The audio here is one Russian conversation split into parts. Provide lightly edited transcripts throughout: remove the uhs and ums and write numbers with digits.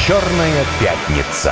«Черная пятница».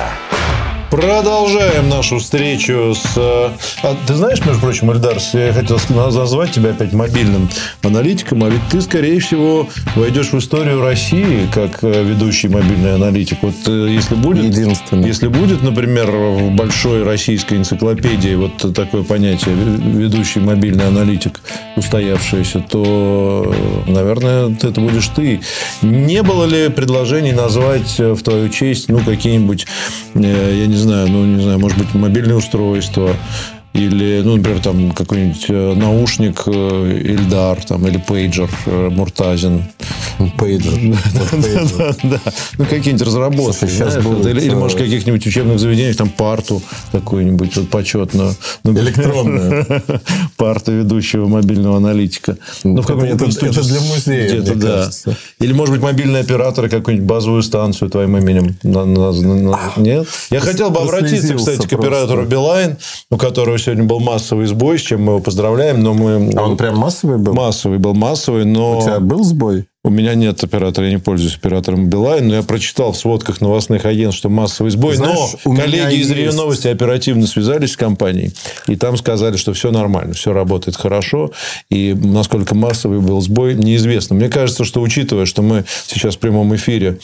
Продолжаем нашу встречу с... ты знаешь, между прочим, Эльдар, я хотел назвать тебя опять мобильным аналитиком, а ведь ты, скорее всего, войдешь в историю России как ведущий мобильный аналитик. Вот если будет... Единственный. Если будет, например, в большой российской энциклопедии вот такое понятие ведущий мобильный аналитик устоявшееся, то, наверное, это будешь ты. Не было ли предложений назвать в твою честь, какие-нибудь, я не знаю, может быть, мобильное устройство или, например, там какой-нибудь наушник Эльдар там, или пейджер Муртазин. Пейджер. Да. Какие-нибудь разработки. Сейчас будут... Или, может, в каких-нибудь учебных заведениях там парту какую-нибудь вот почетную. Электронную. Парту ведущего мобильного аналитика. В каком-нибудь институте. Это для музея, мне кажется. Или, может быть, мобильный оператор, какую-нибудь базовую станцию твоим именем. Нет? Я хотел бы обратиться, кстати, к оператору Билайн, у которого сегодня был массовый сбой, с чем мы его поздравляем. Но мы... А он прям массовый был? Массовый, но... У тебя был сбой? У меня нет оператора, я не пользуюсь оператором Билайн, но я прочитал в сводках новостных агентств, что массовый сбой. Знаешь, но коллеги из РИА Новости оперативно связались с компанией, и там сказали, что все нормально, все работает хорошо, и насколько массовый был сбой, неизвестно. Мне кажется, что учитывая, что мы сейчас в прямом эфире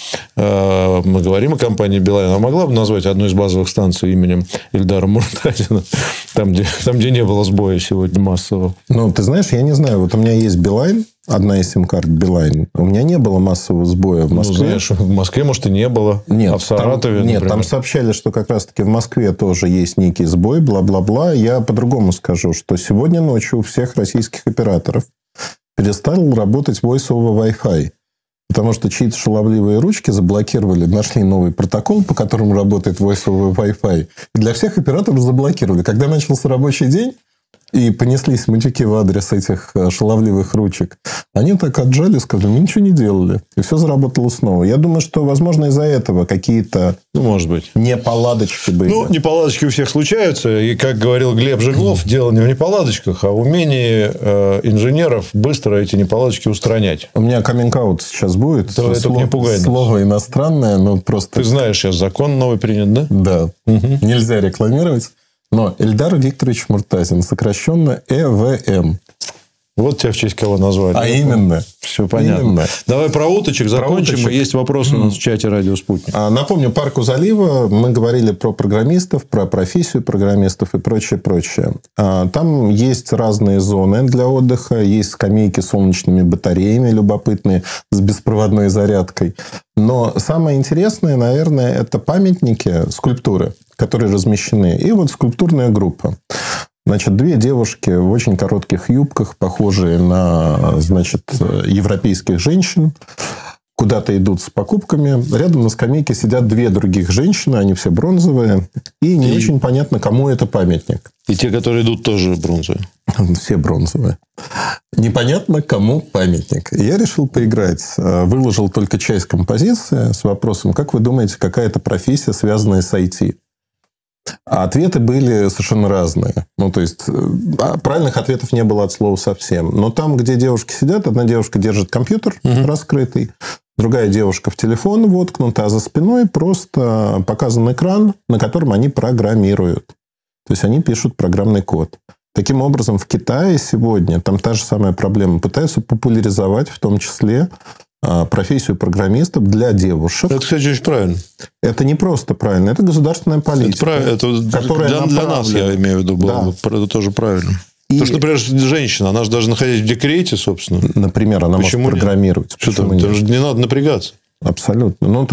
мы говорим о компании Билайн, она могла бы назвать одну из базовых станций именем Эльдара Муртазина, там, где не было сбоя сегодня массового. Ты знаешь, я не знаю, вот у меня есть Билайн, одна из сим-карт Билайн. У меня не было массового сбоя в Москве. Знаешь, в Москве, может, и не было. Нет, а в Саратове, например? Там сообщали, что как раз-таки в Москве тоже есть некий сбой, бла-бла-бла. Я по-другому скажу, что сегодня ночью у всех российских операторов перестал работать Voice over Wi-Fi. Потому что чьи-то шаловливые ручки заблокировали, нашли новый протокол, по которому работает Voice over Wi-Fi. И для всех операторов заблокировали. Когда начался рабочий день, и понеслись матюки в адрес этих шаловливых ручек, они так отжали, сказали, мы ничего не делали. И все заработало снова. Я думаю, что, возможно, из-за этого какие-то может быть. неполадочки были. Неполадочки у всех случаются. И, как говорил Глеб Жиглов, дело не в неполадочках, а в умении инженеров быстро эти неполадочки устранять. У меня каминг-аут сейчас будет. Это не пугай нас. Слово иностранное, но просто... Ты знаешь, сейчас закон новый принят, да? Да. Нельзя рекламировать. Но Эльдар Викторович Муртазин, сокращенно ЭВМ. Вот тебя в честь кого назвали. А именно. Все понятно. Именно. Давай про уточек закончим. уточек. Есть вопросы у нас в чате «Радио Спутник». Напомню, Парку залива мы говорили про программистов, про профессию программистов и прочее. Там есть разные зоны для отдыха. Есть скамейки с солнечными батареями любопытные, с беспроводной зарядкой. Но самое интересное, наверное, это памятники, скульптуры, которые размещены. И вот скульптурная группа. Значит, две девушки в очень коротких юбках, похожие на, европейских женщин, куда-то идут с покупками. Рядом на скамейке сидят две других женщины, они все бронзовые. И не очень понятно, кому это памятник. И те, которые идут, тоже бронзовые. Все бронзовые. Непонятно, кому памятник. Я решил поиграть. Выложил только часть композиции с вопросом, как вы думаете, какая это профессия, связанная с IT? А ответы были совершенно разные. Правильных ответов не было от слова совсем. Но там, где девушки сидят, одна девушка держит компьютер раскрытый, другая девушка в телефон воткнута, а за спиной просто показан экран, на котором они программируют. То есть, они пишут программный код. Таким образом, в Китае сегодня, там та же самая проблема, пытаются популяризовать в том числе профессию программистов для девушек. Это, кстати, очень правильно. Это не просто правильно, это государственная политика. Это для нас, я имею в виду, было это тоже правильно. Потому что, например, женщина, она же даже находясь в декрете, собственно. Например, она может программировать. Что-то не надо напрягаться. Абсолютно.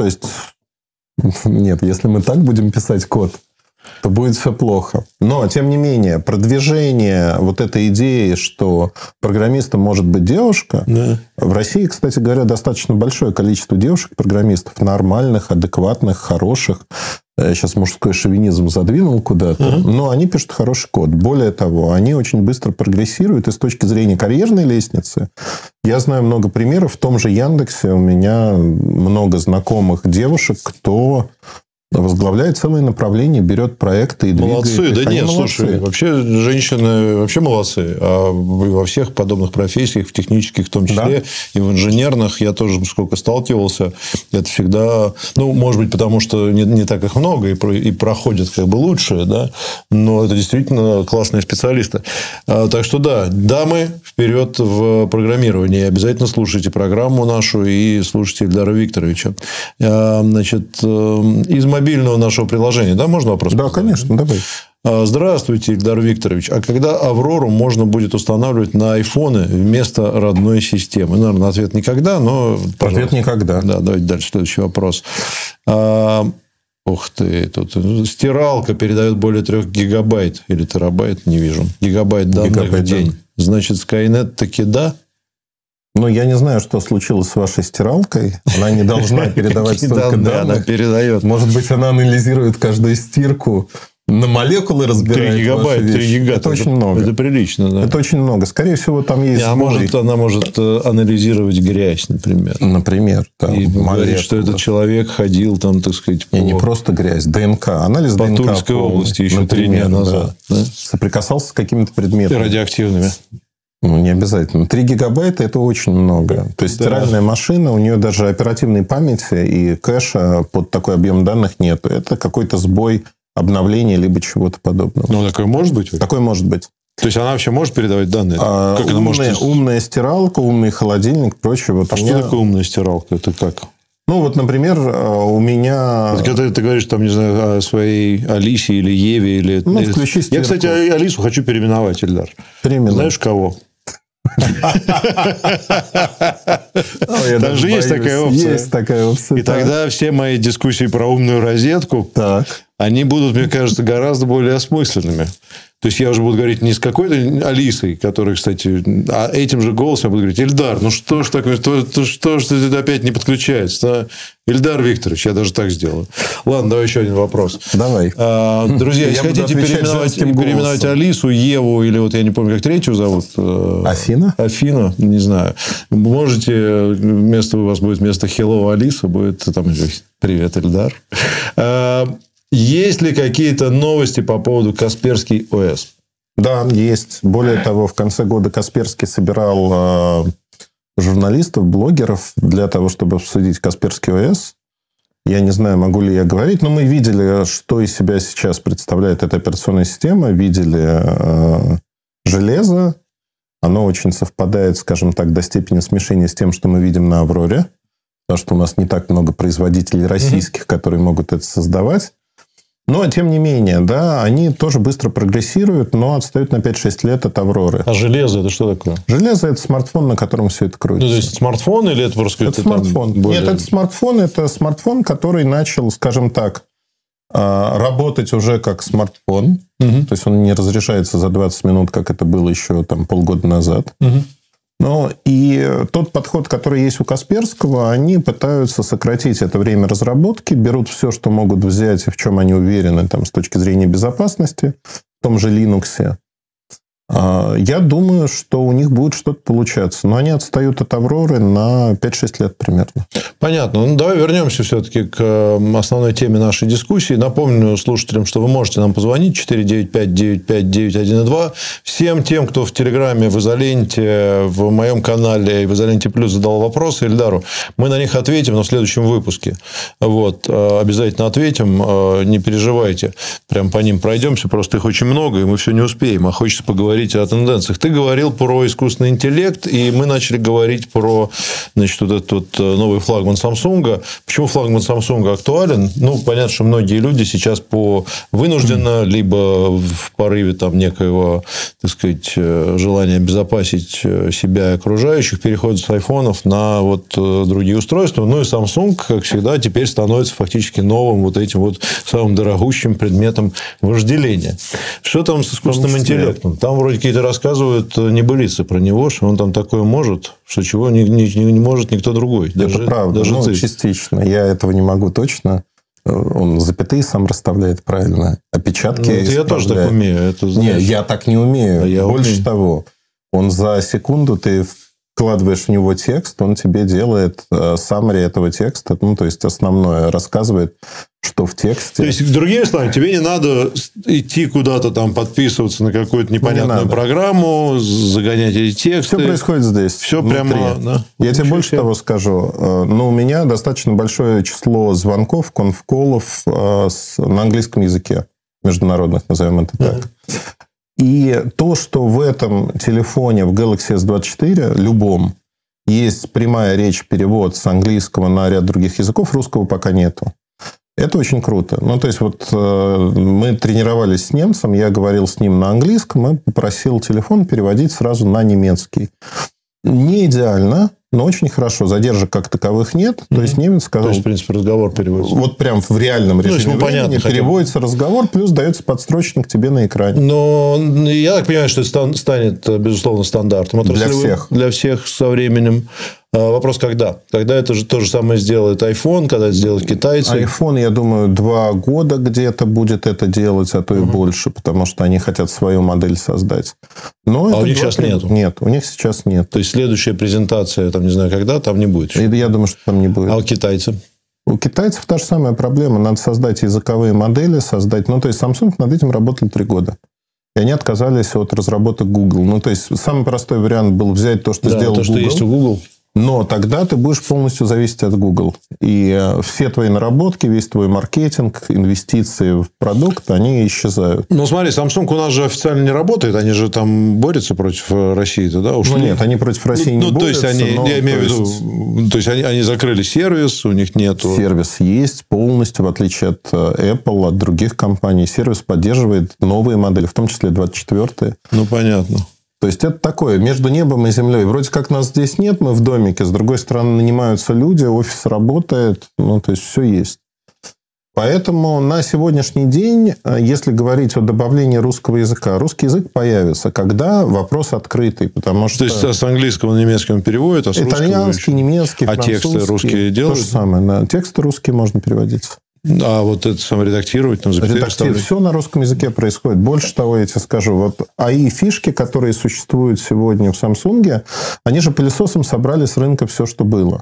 Нет, если мы так будем писать код, то будет все плохо. Но, тем не менее, продвижение вот этой идеи, что программистом может быть девушка, в России, кстати говоря, достаточно большое количество девушек-программистов, нормальных, адекватных, хороших. Сейчас мужской шовинизм задвинул куда-то, но они пишут хороший код. Более того, они очень быстро прогрессируют. И с точки зрения карьерной лестницы, я знаю много примеров. В том же Яндексе у меня много знакомых девушек, кто возглавляет целое направление, берет проекты и двигает их. Молодцы. Да Они нет, молодцы. слушай, вообще женщины вообще молодцы. А во всех подобных профессиях, в технических в том числе, и в инженерных, я тоже сколько сталкивался, это всегда... Ну, может быть, потому что не так их много, и проходят как бы лучше, да, но это действительно классные специалисты. Так что, да, дамы, вперед в программировании. Обязательно слушайте программу нашу и слушайте Ильдара Викторовича. Значит, из мобильного нашего приложения, да, можно вопрос? Да, конечно, давай. Здравствуйте, Ильдар Викторович. А когда Аврору можно будет устанавливать на айфоны вместо родной системы? Наверное, ответ никогда, но... Ответ никогда. Да, давайте дальше. Следующий вопрос. Ух ты, тут стиралка передает более 3 гигабайт или терабайт, не вижу. Гигабайт данных в день. Значит, Skynet таки да? Ну, я не знаю, что случилось с вашей стиралкой. Она не должна передавать столько данных. Она передает. Может быть, она анализирует каждую стирку, на молекулы разбирает 3 гигабайта, 3 гига. Это очень много. Это прилично, да. Это очень много. Скорее всего, там есть сбой. Она может анализировать грязь, например. Например. Там, и говорит, что этот человек ходил там, так сказать, по... Не просто грязь, ДНК. Анализ по ДНК. По Тульской области еще 3 дня назад. Да. Да? Соприкасался с какими-то предметами. И радиоактивными. Ну, не обязательно. 3 гигабайта – это очень много. То есть, стиральная машина, у нее даже оперативной памяти и кэша под такой объем данных нет. Это какой-то сбой, обновление, либо чего-то подобного. Ну, такое может быть? Такое может быть. То есть, она вообще может передавать данные? Как она может... Умная стиралка, умный холодильник, прочее. Вот что такое умная стиралка? Это как? Ну, вот, например, у меня... Вот, когда ты говоришь, там, не знаю, о своей Алисе или Еве, или... Ну, включи стирку. Я, кстати, Алису хочу переименовать, Ильдар. Переименуй. Знаешь, кого? Там же есть такая опция. Есть такая опция. И тогда все мои дискуссии про умную розетку, они будут, мне кажется, гораздо более осмысленными. То есть, я уже буду говорить не с какой-то Алисой, которая, кстати, а этим же голосом я буду говорить: Ильдар, ну что ж такое, что ж ты опять не подключается? Ильдар Викторович, я даже так сделаю. Ладно, давай еще один вопрос. Давай. Друзья, если хотите переименовать Алису, Еву, или вот я не помню, как третью зовут. Афина? Афина, не знаю. Можете, у вас будет вместо Hello Алиса, будет там привет, Ильдар. Есть ли какие-то новости по поводу Касперский ОС? Да, есть. Более того, в конце года Касперский собирал журналистов, блогеров для того, чтобы обсудить Касперский ОС. Я не знаю, могу ли я говорить, но мы видели, что из себя сейчас представляет эта операционная система. Видели железо. Оно очень совпадает, скажем так, до степени смешения с тем, что мы видим на Авроре. Потому что у нас не так много производителей российских, которые могут это создавать. Но, тем не менее, да, они тоже быстро прогрессируют, но отстают на 5-6 лет от Авроры. А железо – это что такое? Железо – это смартфон, на котором все это крутится. Ну, то есть, смартфон или это просто... Это смартфон. Более... Нет, это смартфон, который начал, скажем так, работать уже как смартфон. То есть, он не разрешается за 20 минут, как это было еще там, полгода назад. Но и тот подход, который есть у Касперского, они пытаются сократить это время разработки, берут все, что могут взять, и в чем они уверены там, с точки зрения безопасности, в том же Linux. Я думаю, что у них будет что-то получаться. Но они отстают от Авроры на 5-6 лет примерно. Понятно. Ну, давай вернемся все-таки к основной теме нашей дискуссии. Напомню слушателям, что вы можете нам позвонить 495-959-102. Всем тем, кто в Телеграме, в Изоленте, в моем канале и в Изоленте Плюс задал вопросы Ильдару, мы на них ответим, но в следующем выпуске. Вот. Обязательно ответим. Не переживайте. Прям по ним пройдемся. Просто их очень много, и мы все не успеем. А хочется поговорить о тенденциях. Ты говорил про искусственный интеллект, и мы начали говорить про, значит, вот этот вот новый флагман Samsung. Почему флагман Samsung актуален? Ну, понятно, что многие люди сейчас вынужденно, либо в порыве там некоего, так сказать, желания обезопасить себя и окружающих, переходят с айфонов на вот другие устройства. Ну, и Samsung, как всегда, теперь становится фактически новым вот этим вот самым дорогущим предметом вожделения. Что там с искусственным интеллектом? Там вроде какие-то рассказывают небылицы про него, что он там такое может, что чего не может никто другой. Это правда, даже ты. Частично. Я этого не могу точно. Он запятые сам расставляет правильно. Опечатки я тоже так умею. Это, знаешь... Нет, я так не умею. Больше того, он за секунду ты вкладываешь в него текст, он тебе делает summary этого текста, ну, то есть основное, рассказывает, что в тексте. То есть, другими словами, тебе не надо идти куда-то там подписываться на какую-то непонятную программу, загонять эти тексты. Все происходит здесь. Все внутри. прямо... Да? Я тебе больше того скажу. У меня достаточно большое число звонков, конф-коллов на английском языке. Международных, назовем это так. И то, что в этом телефоне, в Galaxy S24, любом, есть прямая речь, перевод с английского на ряд других языков, русского пока нету. Это очень круто. Ну, то есть, вот мы тренировались с немцем, я говорил с ним на английском и попросил телефон переводить сразу на немецкий. Не идеально, но очень хорошо. Задержек как таковых нет. То есть, немец сказал... То есть, в принципе, разговор переводится. Вот прям в реальном режиме времени переводится разговор, плюс дается подстрочник тебе на экране. Но я так понимаю, что это станет, безусловно, стандартом. Для всех. Для всех со временем. Вопрос, когда? Когда это же то же самое сделает iPhone, когда это сделают китайцы? iPhone, я думаю, 2 года где-то будет это делать, а то и больше, потому что они хотят свою модель создать. Но у них сейчас нет? Нет, у них сейчас нет. То есть, следующая презентация, там не знаю когда, там не будет? Я думаю, что там не будет. А у китайцев? У китайцев та же самая проблема. Надо создать языковые модели, создать... Ну, то есть, Samsung над этим работал 3 года. И они отказались от разработок Google. Ну, то есть, самый простой вариант был взять то, что сделал Google. То, что есть у Google. Но тогда ты будешь полностью зависеть от Google. И все твои наработки, весь твой маркетинг, инвестиции в продукт, они исчезают. Ну, смотри, Samsung у нас же официально не работает. Они же там борются против России. Да? Ну, нет, они против России не борются. То есть, я имею в виду... То есть, они закрыли сервис, у них нету... Сервис есть полностью, в отличие от Apple, от других компаний. Сервис поддерживает новые модели, в том числе 24-е. Ну, понятно. То есть, это такое, между небом и землей. Вроде как нас здесь нет, мы в домике. С другой стороны, нанимаются люди, офис работает. Ну, то есть, все есть. Поэтому на сегодняшний день, если говорить о добавлении русского языка, русский язык появится, когда вопрос открытый. Потому что... То есть, с английского на немецкий он переводит, а с русского... Итальянский, немецкий, французский. А тексты русские делают? То же самое. Да. Тексты русские можно переводить. А вот это редактировать, там, редактировать. Все на русском языке происходит. Больше того, я тебе скажу, вот АИ-фишки, которые существуют сегодня в Samsung, они же пылесосом собрали с рынка все, что было.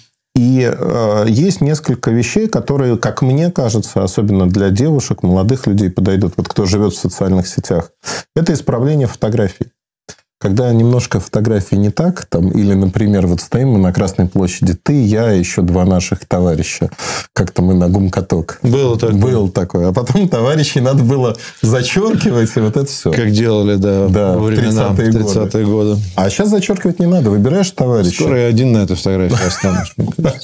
И есть несколько вещей, которые, как мне кажется, особенно для девушек, молодых людей подойдут, вот кто живет в социальных сетях. Это исправление фотографий. Когда немножко фотографии не так, там, или, например, вот стоим мы на Красной площади, ты, я, еще 2 наших товарища. Как-то мы на гум-каток. Было такое. А потом товарищей надо было зачеркивать, и вот это все. Как делали, да, во времена 30-е годы. А сейчас зачеркивать не надо. Выбираешь товарища. Скоро я один на этой фотографии останусь.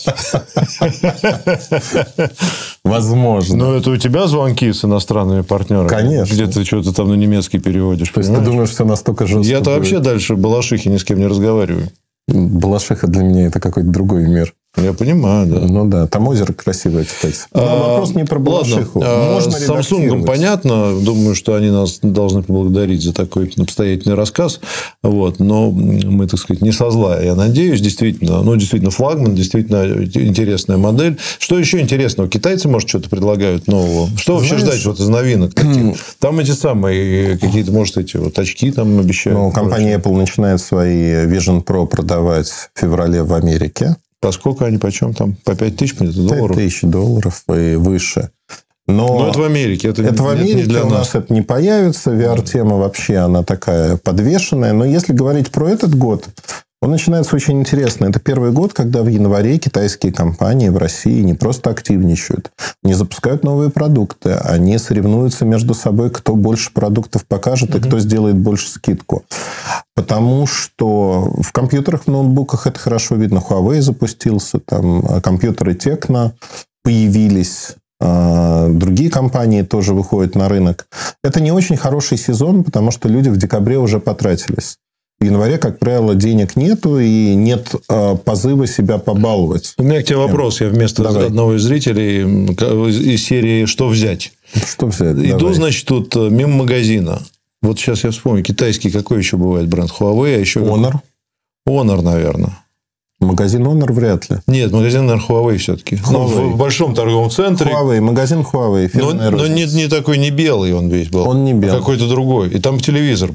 Возможно. Но это у тебя звонки с иностранными партнерами? Конечно. Где ты что-то там на немецкий переводишь. То есть, ты думаешь, все настолько жестко? Я-то вообще дальше Балашихи ни с кем не разговариваю. Балашиха для меня это какой-то другой мир. Я понимаю, да. Ну да, там озеро красивое, кстати. Но вопрос не про Балашиху. Можно с Samsung понятно. Думаю, что они нас должны поблагодарить за такой обстоятельный рассказ. Вот. Но мы, так сказать, не со зла. Я надеюсь, действительно. Ну, действительно, флагман, действительно интересная модель. Что еще интересного? Китайцы, может, что-то предлагают нового? Что вообще ждать вот из новинок? Там эти самые какие-то, может, эти вот очки там обещают. Ну, компания Apple начинает свои Vision Pro продавать в феврале в Америке. По сколько они почем там? По 5000 долларов? $5000 и выше. Но это в Америке. Это в Америке для у нас это не появится. VR-тема вообще она такая подвешенная. Но если говорить про этот год, он начинается очень интересно. Это первый год, когда в январе китайские компании в России не просто активничают, не запускают новые продукты, они соревнуются между собой, кто больше продуктов покажет и кто сделает больше скидку. Потому что в компьютерах, в ноутбуках это хорошо видно. Huawei запустился, там компьютеры Tecno появились. Другие компании тоже выходят на рынок. Это не очень хороший сезон, потому что люди в декабре уже потратились. В январе, как правило, денег нету и нет позыва себя побаловать. У меня к тебе вопрос. Я вместо одного из зрителей из серии «Что взять?». Что взять? Иду, значит, тут мимо магазина. Вот сейчас я вспомню. Китайский какой еще бывает бренд? Huawei, а еще... Honor. Honor, наверное. Магазин Honor вряд ли. Нет, магазин, наверное, Huawei все-таки. Но в большом торговом центре. Huawei, магазин Huawei. Но не такой, не белый он весь был. Он не белый. Какой-то другой. И там телевизор был.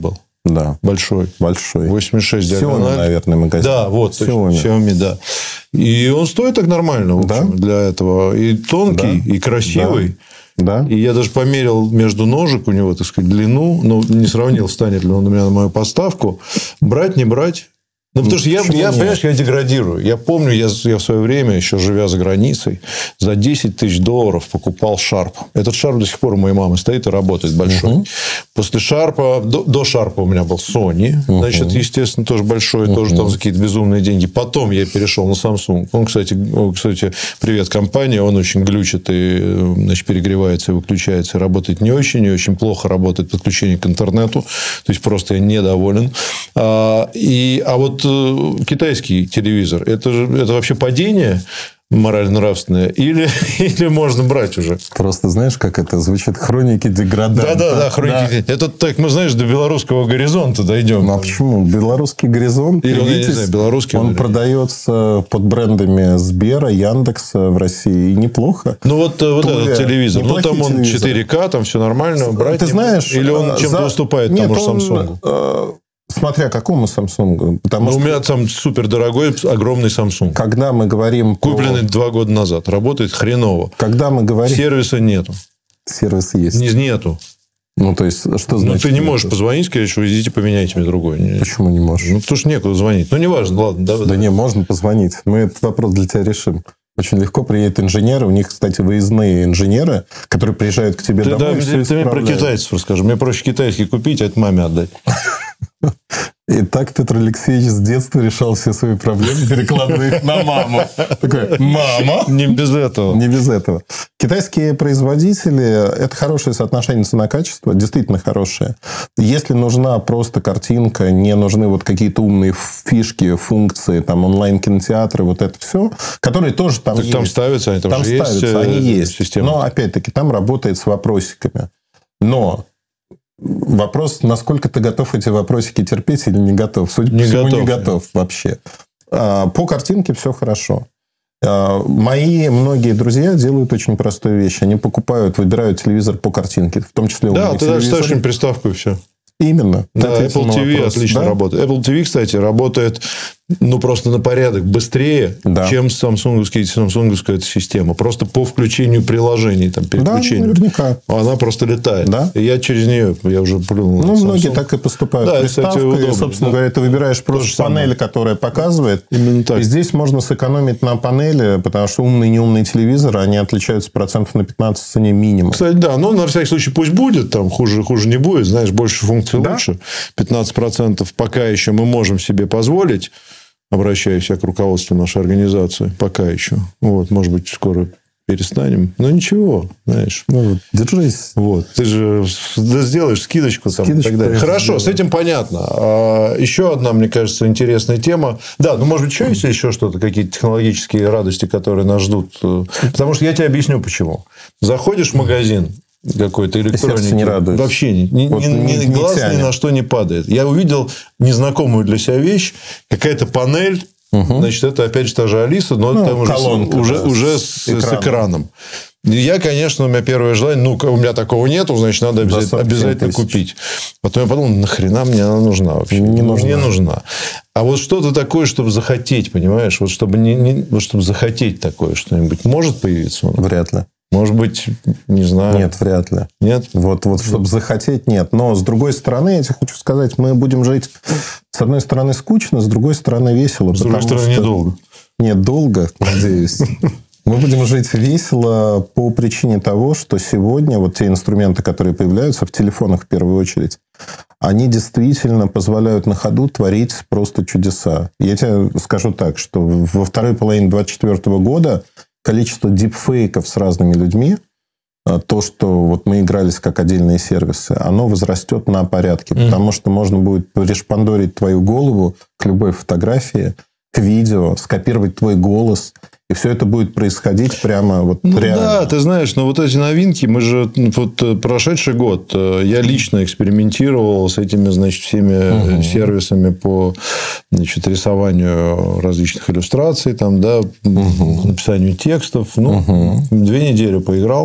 Да. Большой. 86 диагональ. Xiaomi, наверное, магазин. Да, вот. Xiaomi, да. И он стоит так нормально, в общем, для этого. И тонкий, и красивый. Да. И я даже померил между ножек у него, так сказать, длину. Ну, не сравнил, встанет ли он у меня на мою подставку. Брать, не брать. Ну, потому что я, понимаешь, я деградирую. Я помню, я в свое время, еще живя за границей, за 10 тысяч долларов покупал Sharp. Этот Sharp до сих пор у моей мамы стоит и работает большой. После Sharp, до Sharp у меня был Sony. Значит, естественно, тоже большой, тоже там за какие-то безумные деньги. Потом я перешел на Samsung. Он, кстати, привет компания, он очень глючит и, значит, перегревается и выключается. И работает не очень плохо работает подключение к интернету. То есть, просто я недоволен. А вот китайский телевизор, это вообще падение морально-нравственное или можно брать уже? Просто знаешь, как это звучит? Хроники деграданта. Да, хроники. Да. Это так, мы, знаешь, до белорусского горизонта дойдем. Ну, а почему? Белорусский горизонт, или видите, я не знаю, белорусский. Он продается под брендами Сбера, Яндекса в России. И неплохо. Ну, вот этот телевизор. Ну, там он 4К, там все нормально. Брать ты знаешь, или он чем-то уступает тому же Samsung? Смотря какому Samsung. У меня там супердорогой, огромный Samsung. Когда мы говорим... Купленный 2 года назад. Работает хреново. Когда мы говорим... Сервиса нету. Сервис есть. Нету. Ну, то есть, что значит? Ну, ты не можешь позвонить, сказать, что идите, поменяйте мне другой. Почему не можешь? Ну, потому что некуда звонить. Ну, неважно, ладно. Да не, можно позвонить. Мы этот вопрос для тебя решим. Очень легко приедет инженер. У них, кстати, выездные инженеры, которые приезжают к тебе домой. Ты мне про китайцев расскажи. Мне проще китайский купить, а это маме отдать. И так Петр Алексеевич с детства решал все свои проблемы, перекладывая их на маму. Такой, мама? Не без этого. Не без этого. Китайские производители – это хорошее соотношение цена-качество, действительно хорошее. Если нужна просто картинка, не нужны вот какие-то умные фишки, функции, там онлайн-кинотеатры, вот это все, которые тоже там так есть. Там ставятся, они там же ставятся, есть. Они есть. Система. Но, опять-таки, там работает с вопросиками. Но вопрос, насколько ты готов эти вопросики терпеть или не готов. Судя по всему, не готов вообще. По картинке все хорошо. Мои многие друзья делают очень простую вещь. Они выбирают телевизор по картинке. В том числе да, ты даже ставишь им приставку и все. Именно. Да, Apple TV отлично работает. Apple TV, кстати, работает просто на порядок быстрее, чем самсунговская эта система. Просто по включению приложений, там, переключению. Да, наверняка. Она просто летает. Да? И я через нее, я уже плюнул. Ну, многие так и поступают. Да, приставка, кстати, удобно. И, собственно говоря, ты выбираешь просто панель, которая показывает. Именно так. И здесь можно сэкономить на панели, потому что умные и неумные телевизоры, они отличаются процентов на 15 в цене минимум. Кстати, да. Но на всякий случай пусть будет. Там хуже не будет. Знаешь, больше функций лучше. 15% пока еще мы можем себе позволить. Обращаюсь я к руководству нашей организации. Пока еще. Вот, может быть, скоро перестанем. Но ничего, знаешь. Ну, держись. Вот. Ты же сделаешь скидочку там, и так далее. Хорошо, с этим понятно. Еще одна, мне кажется, интересная тема. Да, ну, может быть, еще что-то, какие-то технологические радости, которые нас ждут. Потому что я тебе объясню, почему. Заходишь в магазин какой-то электроники. Не радует. Вообще глаз ни на что не падает. Я увидел незнакомую для себя вещь. Какая-то панель. Значит, это опять же та же Алиса, но там уже с экраном. Я, конечно, у меня первое желание, у меня такого нету, значит, надо обязательно купить. Потом я подумал, нахрена мне она нужна вообще? Не нужна. А вот что-то такое, чтобы захотеть, понимаешь? Вот чтобы захотеть такое что-нибудь, может появиться? Вряд ли. Может быть, не знаю. Нет, вряд ли. Нет? Вот чтобы захотеть, нет. Но, с другой стороны, я тебе хочу сказать, мы будем жить, с одной стороны, скучно, с другой стороны, весело. С другой стороны, недолго. Нет, долго, надеюсь. Мы будем жить весело по причине того, что сегодня вот те инструменты, которые появляются в телефонах в первую очередь, они действительно позволяют на ходу творить просто чудеса. Я тебе скажу так, что во второй половине 2024 года количество дипфейков с разными людьми, то, что вот мы игрались как отдельные сервисы, оно возрастет на порядке. Потому что можно будет пришпандорить твою голову к любой фотографии, к видео, скопировать твой голос. И все это будет происходить прямо реально. Да, ты знаешь, но вот эти новинки, мы же прошедший год я лично экспериментировал с этими, значит, всеми сервисами по, значит, рисованию различных иллюстраций, там, да, написанию текстов. 2 недели поиграл.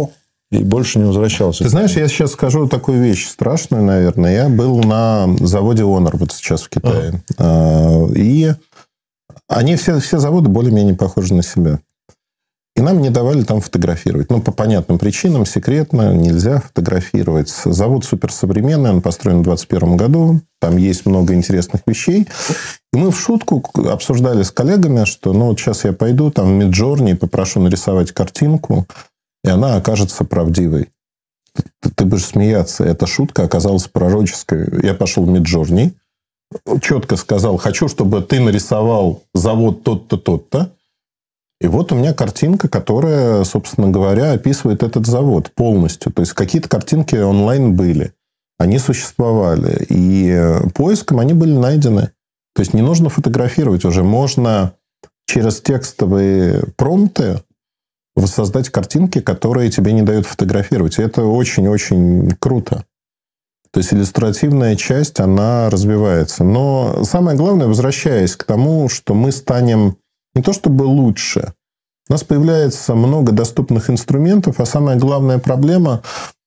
и больше не возвращался. Ты знаешь, я сейчас скажу такую вещь страшную, наверное. Я был на заводе Honor вот сейчас в Китае. И они все заводы более-менее похожи на себя. И нам не давали там фотографировать. Ну, по понятным причинам, секретно, нельзя фотографировать. Завод суперсовременный, он построен в 2021 году. Там есть много интересных вещей. И мы в шутку обсуждали с коллегами, что ну, вот сейчас я пойду там в Midjourney и попрошу нарисовать картинку, и она окажется правдивой. Ты будешь смеяться. Эта шутка оказалась пророческой. Я пошел в Midjourney, четко сказал, хочу, чтобы ты нарисовал завод тот-то, тот-то. И вот у меня картинка, которая, собственно говоря, описывает этот завод полностью. То есть, какие-то картинки онлайн были. Они существовали. И поиском они были найдены. То есть, не нужно фотографировать уже. Можно через текстовые промпты воссоздать картинки, которые тебе не дают фотографировать. И это очень-очень круто. То есть, иллюстративная часть, она развивается. Но самое главное, возвращаясь к тому, что мы станем не то чтобы лучше. У нас появляется много доступных инструментов, а самая главная проблема,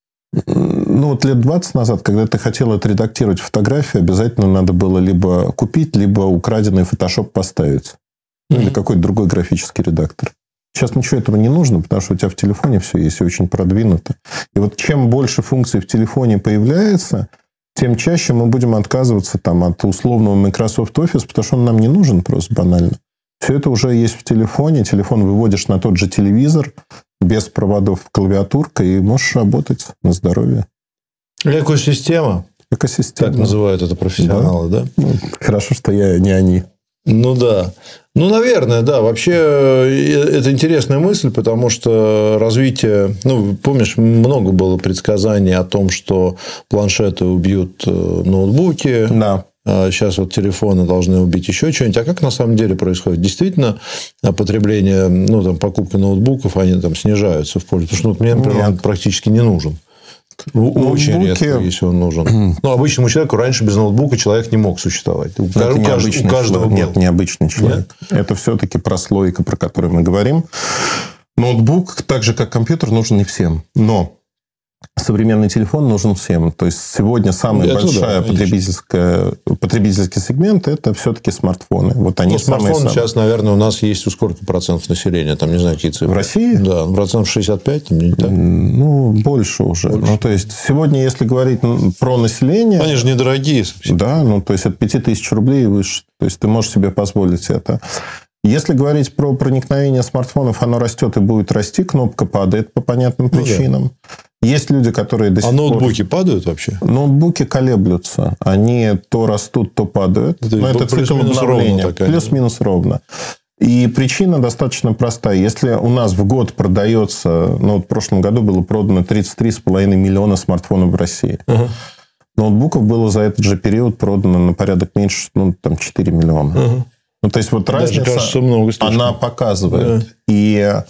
ну вот лет 20 назад, когда ты хотел отредактировать фотографию, обязательно надо было либо купить, либо украденный Photoshop поставить. Ну, или какой-то другой графический редактор. Сейчас ничего этого не нужно, потому что у тебя в телефоне все есть, и очень продвинуто. И вот чем больше функций в телефоне появляется, тем чаще мы будем отказываться там, от условного Microsoft Office, потому что он нам не нужен просто банально. Все это уже есть в телефоне. Телефон выводишь на тот же телевизор, без проводов, клавиатурка, и можешь работать на здоровье. Экосистема. Экосистема. Так называют это профессионалы, да? Ну, хорошо, что я не они. Ну, да. Ну, наверное, да. Вообще, это интересная мысль, потому что развитие... Ну, помнишь, много было предсказаний о том, что планшеты убьют ноутбуки. Да. Сейчас вот телефоны должны убить еще что-нибудь. А как на самом деле происходит? Действительно, потребление, ну, там, покупка ноутбуков, они там снижаются в пользу. Потому что вот, мне, например, он практически не нужен. Очень редко, если он нужен. Ну, обычному человеку раньше без ноутбука человек не мог существовать. У каждого был. Нет, необычный человек. Нет? Это все-таки прослойка, про которую мы говорим. Ноутбук, так же, как компьютер, нужен не всем. Но современный телефон нужен всем. То есть, сегодня самая большая потребительский сегмент – это все-таки смартфоны. Вот они смартфоны сейчас, наверное, у нас есть у сколько процентов населения? Там, не знаю, какие цифры. В России? Да, процентов 65. Там, не так. Ну, больше уже. Ну, то есть, сегодня, если говорить про население… Они же недорогие совсем. Да, ну, то есть, от 5000 рублей и выше. То есть, ты можешь себе позволить это. Если говорить про проникновение смартфонов, оно растет и будет расти. Кнопка падает по понятным причинам. Да. Есть люди, которые до сих пор... А ноутбуки падают вообще? Ноутбуки колеблются. Они то растут, то падают. Но это цикл обновления. Плюс-минус ровно. И причина достаточно простая. Если у нас в год продается... Ну, вот в прошлом году было продано 33,5 миллиона смартфонов в России. Ноутбуков было за этот же период продано на порядок меньше, ну, там, 4 миллиона. Ну, то есть, вот разница, кажется, много она показывает. Да. И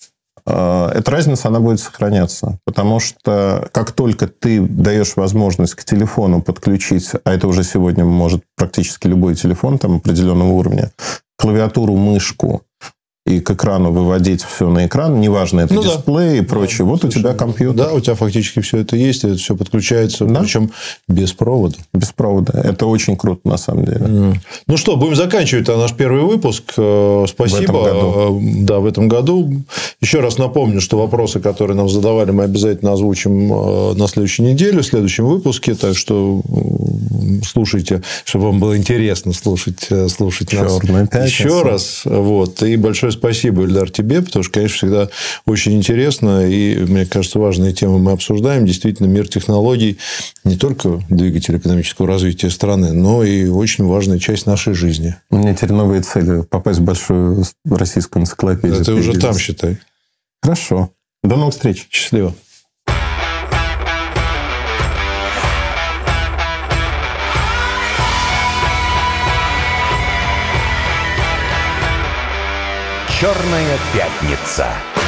эта разница, она будет сохраняться. Потому что, как только ты даешь возможность к телефону подключить, а это уже сегодня может практически любой телефон там, определенного уровня, клавиатуру, мышку, и к экрану выводить все на экран, неважно, это дисплей и прочее. Да, вот у тебя компьютер. Да, у тебя фактически все это есть, и это все подключается, да? Причем без провода. Без провода. Это очень круто, на самом деле. Ну что, будем заканчивать наш первый выпуск. Спасибо. В этом году. Да, в этом году. Еще раз напомню, что вопросы, которые нам задавали, мы обязательно озвучим на следующей неделе, в следующем выпуске. Так что слушайте, чтобы вам было интересно слушать нас еще раз. Вот. И большое спасибо, Ильдар, тебе, потому что, конечно, всегда очень интересно. И, мне кажется, важные темы мы обсуждаем. Действительно, мир технологий не только двигатель экономического развития страны, но и очень важная часть нашей жизни. У меня теперь новые цели. Попасть в большую российскую энциклопедию. Да, ты уже там, считай. Хорошо. До новых встреч. Счастливо. «Черная пятница».